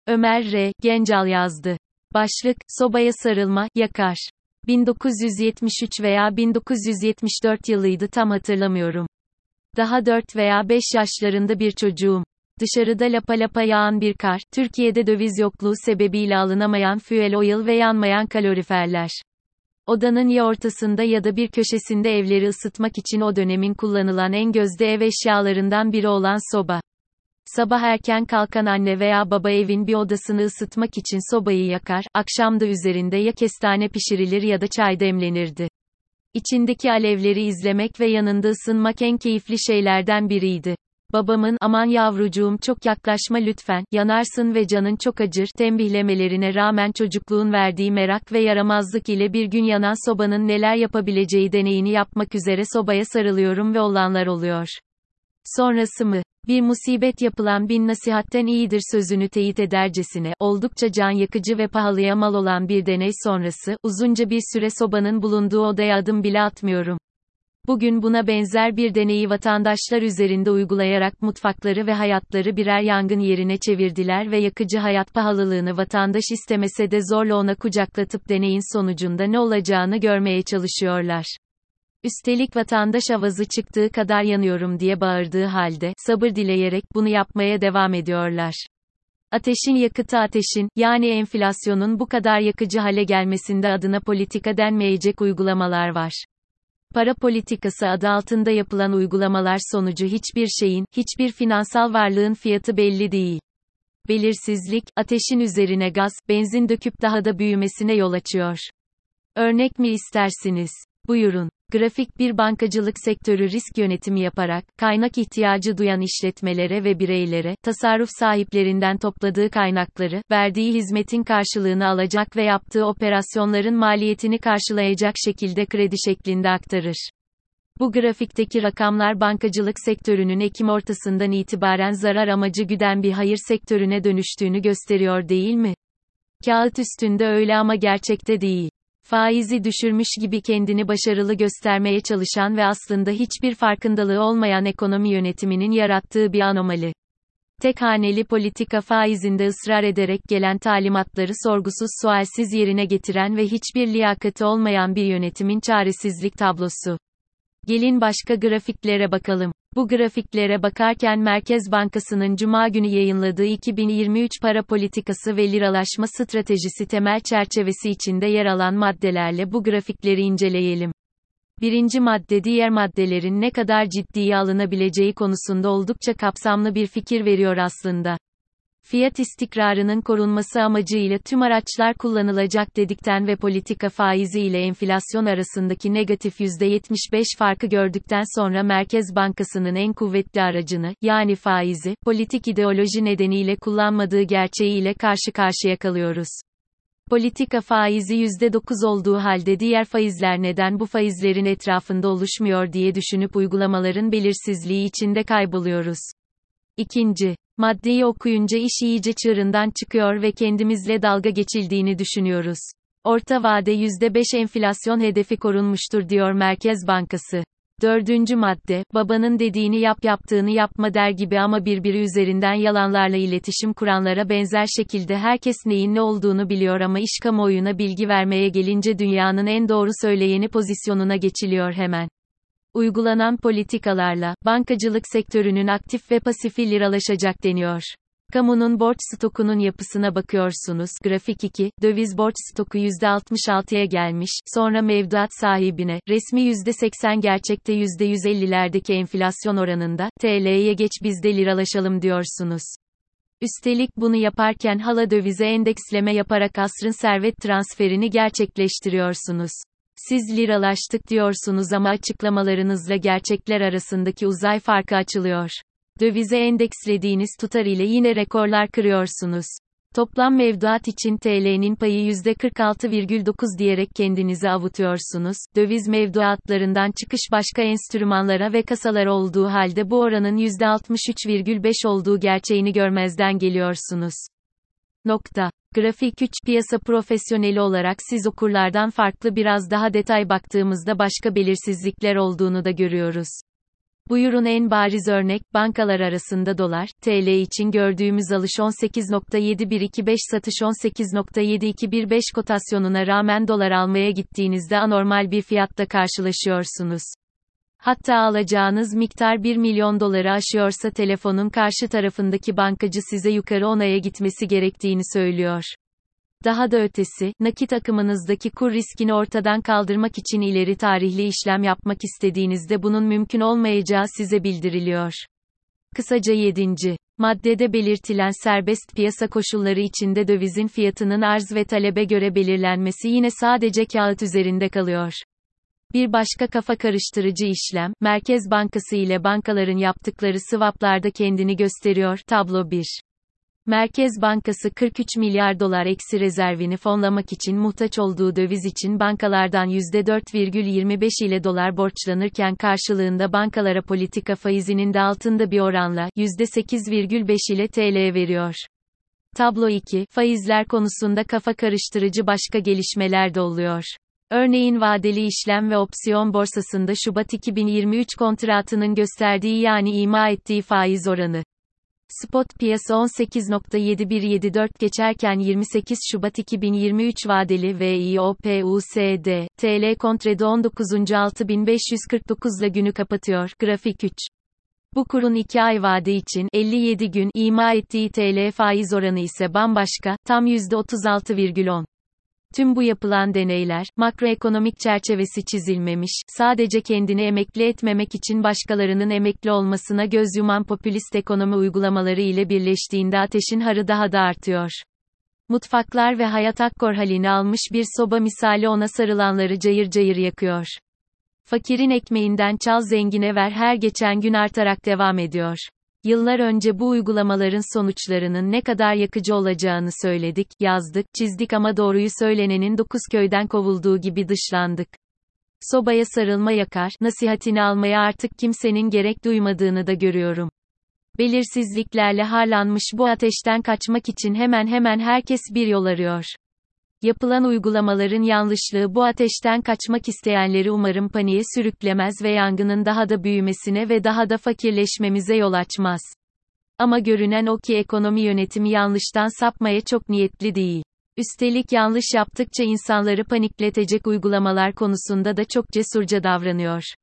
Ömer R. Gencal yazdı. Başlık, sobaya sarılma, yakar. 1973 veya 1974 yılıydı, tam hatırlamıyorum. Daha 4 veya 5 yaşlarında bir çocuğum. Dışarıda lapa lapa yağan bir kar, Türkiye'de döviz yokluğu sebebiyle alınamayan fuel oil ve yanmayan kaloriferler. Odanın ya ortasında ya da bir köşesinde evleri ısıtmak için o dönemin kullanılan en gözde ev eşyalarından biri olan soba. Sabah erken kalkan anne veya baba evin bir odasını ısıtmak için sobayı yakar, akşam da üzerinde ya kestane pişirilir ya da çay demlenirdi. İçindeki alevleri izlemek ve yanında ısınmak en keyifli şeylerden biriydi. Babamın, "Aman yavrucuğum çok yaklaşma lütfen, yanarsın ve canın çok acır" tembihlemelerine rağmen çocukluğun verdiği merak ve yaramazlık ile bir gün yanan sobanın neler yapabileceği deneyini yapmak üzere sobaya sarılıyorum ve olanlar oluyor. Sonrası mı? Bir musibet yapılan bin nasihatten iyidir sözünü teyit edercesine, oldukça can yakıcı ve pahalıya mal olan bir deney sonrası, uzunca bir süre sobanın bulunduğu odaya adım bile atmıyorum. Bugün buna benzer bir deneyi vatandaşlar üzerinde uygulayarak mutfakları ve hayatları birer yangın yerine çevirdiler ve yakıcı hayat pahalılığını vatandaş istemese de zorla ona kucaklatıp deneyin sonucunda ne olacağını görmeye çalışıyorlar. Üstelik vatandaş avazı çıktığı kadar yanıyorum diye bağırdığı halde, sabır dileyerek bunu yapmaya devam ediyorlar. Ateşin yakıtı ateşin, yani enflasyonun bu kadar yakıcı hale gelmesinde adına politika denmeyecek uygulamalar var. Para politikası adı altında yapılan uygulamalar sonucu hiçbir şeyin, hiçbir finansal varlığın fiyatı belli değil. Belirsizlik, ateşin üzerine gaz, benzin döküp daha da büyümesine yol açıyor. Örnek mi istersiniz? Buyurun. Grafik bir bankacılık sektörü risk yönetimi yaparak, kaynak ihtiyacı duyan işletmelere ve bireylere, tasarruf sahiplerinden topladığı kaynakları, verdiği hizmetin karşılığını alacak ve yaptığı operasyonların maliyetini karşılayacak şekilde kredi şeklinde aktarır. Bu grafikteki rakamlar bankacılık sektörünün Ekim ortasından itibaren zarar amacı güden bir hayır sektörüne dönüştüğünü gösteriyor değil mi? Kağıt üstünde öyle ama gerçekte değil. Faizi düşürmüş gibi kendini başarılı göstermeye çalışan ve aslında hiçbir farkındalığı olmayan ekonomi yönetiminin yarattığı bir anomali. Tek haneli politika faizinde ısrar ederek gelen talimatları sorgusuz sualsiz yerine getiren ve hiçbir liyakati olmayan bir yönetimin çaresizlik tablosu. Gelin başka grafiklere bakalım. Bu grafiklere bakarken Merkez Bankası'nın Cuma günü yayınladığı 2023 para politikası ve liralaşma stratejisi temel çerçevesi içinde yer alan maddelerle bu grafikleri inceleyelim. Birinci madde diğer maddelerin ne kadar ciddiye alınabileceği konusunda oldukça kapsamlı bir fikir veriyor aslında. Fiyat istikrarının korunması amacıyla tüm araçlar kullanılacak dedikten ve politika faizi ile enflasyon arasındaki negatif %75 farkı gördükten sonra Merkez Bankası'nın en kuvvetli aracını, yani faizi, politik ideoloji nedeniyle kullanmadığı gerçeğiyle karşı karşıya kalıyoruz. Politika faizi %9 olduğu halde diğer faizler neden bu faizlerin etrafında oluşmuyor diye düşünüp uygulamaların belirsizliği içinde kayboluyoruz. İkinci maddeyi okuyunca iş iyice çığırından çıkıyor ve kendimizle dalga geçildiğini düşünüyoruz. Orta vade %5 enflasyon hedefi korunmuştur diyor Merkez Bankası. Dördüncü madde, babanın dediğini yap yaptığını yapma der gibi ama birbiri üzerinden yalanlarla iletişim kuranlara benzer şekilde herkes neyin ne olduğunu biliyor ama iş kamuoyuna bilgi vermeye gelince dünyanın en doğru söyleyeni pozisyonuna geçiliyor hemen. Uygulanan politikalarla, bankacılık sektörünün aktif ve pasifi liralaşacak deniyor. Kamunun borç stokunun yapısına bakıyorsunuz. Grafik 2, döviz borç stoku %66'ya gelmiş, sonra mevduat sahibine, resmi %80 gerçekte %150'lerdeki enflasyon oranında, TL'ye geç biz de liralaşalım diyorsunuz. Üstelik bunu yaparken hala dövize endeksleme yaparak asrın servet transferini gerçekleştiriyorsunuz. Siz liralaştık diyorsunuz ama açıklamalarınızla gerçekler arasındaki uzay farkı açılıyor. Dövize endekslediğiniz tutar ile yine rekorlar kırıyorsunuz. Toplam mevduat için TL'nin payı %46,9 diyerek kendinizi avutuyorsunuz. Döviz mevduatlarından çıkış başka enstrümanlara ve kasalara olduğu halde bu oranın %63,5 olduğu gerçeğini görmezden geliyorsunuz. Grafik 3, piyasa profesyoneli olarak siz okurlardan farklı biraz daha detay baktığımızda başka belirsizlikler olduğunu da görüyoruz. Buyurun en bariz örnek, bankalar arasında dolar, TL için gördüğümüz alış 18.7125 satış 18.7215 kotasyonuna rağmen dolar almaya gittiğinizde anormal bir fiyatla karşılaşıyorsunuz. Hatta alacağınız miktar 1 milyon doları aşıyorsa telefonun karşı tarafındaki bankacı size yukarı onaya gitmesi gerektiğini söylüyor. Daha da ötesi, nakit akımınızdaki kur riskini ortadan kaldırmak için ileri tarihli işlem yapmak istediğinizde bunun mümkün olmayacağı size bildiriliyor. Kısaca 7. maddede belirtilen serbest piyasa koşulları içinde dövizin fiyatının arz ve talebe göre belirlenmesi yine sadece kağıt üzerinde kalıyor. Bir başka kafa karıştırıcı işlem, Merkez Bankası ile bankaların yaptıkları swaplarda kendini gösteriyor. Tablo 1. Merkez Bankası 43 milyar dolar eksi rezervini fonlamak için muhtaç olduğu döviz için bankalardan %4,25 ile dolar borçlanırken karşılığında bankalara politika faizinin de altında bir oranla %8,5 ile TL veriyor. Tablo 2, faizler konusunda kafa karıştırıcı başka gelişmeler de oluyor. Örneğin vadeli işlem ve opsiyon borsasında Şubat 2023 kontratının gösterdiği yani ima ettiği faiz oranı. Spot piyasa 18.7174 geçerken 28 Şubat 2023 vadeli VIOPUSD, TL kontrede 19.6549 ile günü kapatıyor. Grafik 3. Bu kurun 2 ay vade için 57 gün ima ettiği TL faiz oranı ise bambaşka, tam %36,10. Tüm bu yapılan deneyler, makroekonomik çerçevesi çizilmemiş, sadece kendini emekli etmemek için başkalarının emekli olmasına göz yuman popülist ekonomi uygulamaları ile birleştiğinde ateşin harı daha da artıyor. Mutfaklar ve hayat akkor halini almış bir soba misali ona sarılanları cayır cayır yakıyor. Fakirin ekmeğinden çal zengine ver her geçen gün artarak devam ediyor. Yıllar önce bu uygulamaların sonuçlarının ne kadar yakıcı olacağını söyledik, yazdık, çizdik ama doğruyu söylenenin 9 köyden kovulduğu gibi dışlandık. Sobaya sarılma yakar, nasihatini almaya artık kimsenin gerek duymadığını da görüyorum. Belirsizliklerle harlanmış bu ateşten kaçmak için hemen hemen herkes bir yol arıyor. Yapılan uygulamaların yanlışlığı bu ateşten kaçmak isteyenleri umarım paniğe sürüklemez ve yangının daha da büyümesine ve daha da fakirleşmemize yol açmaz. Ama görünen o ki ekonomi yönetimi yanlıştan sapmaya çok niyetli değil. Üstelik yanlış yaptıkça insanları panikletecek uygulamalar konusunda da çok cesurca davranıyor.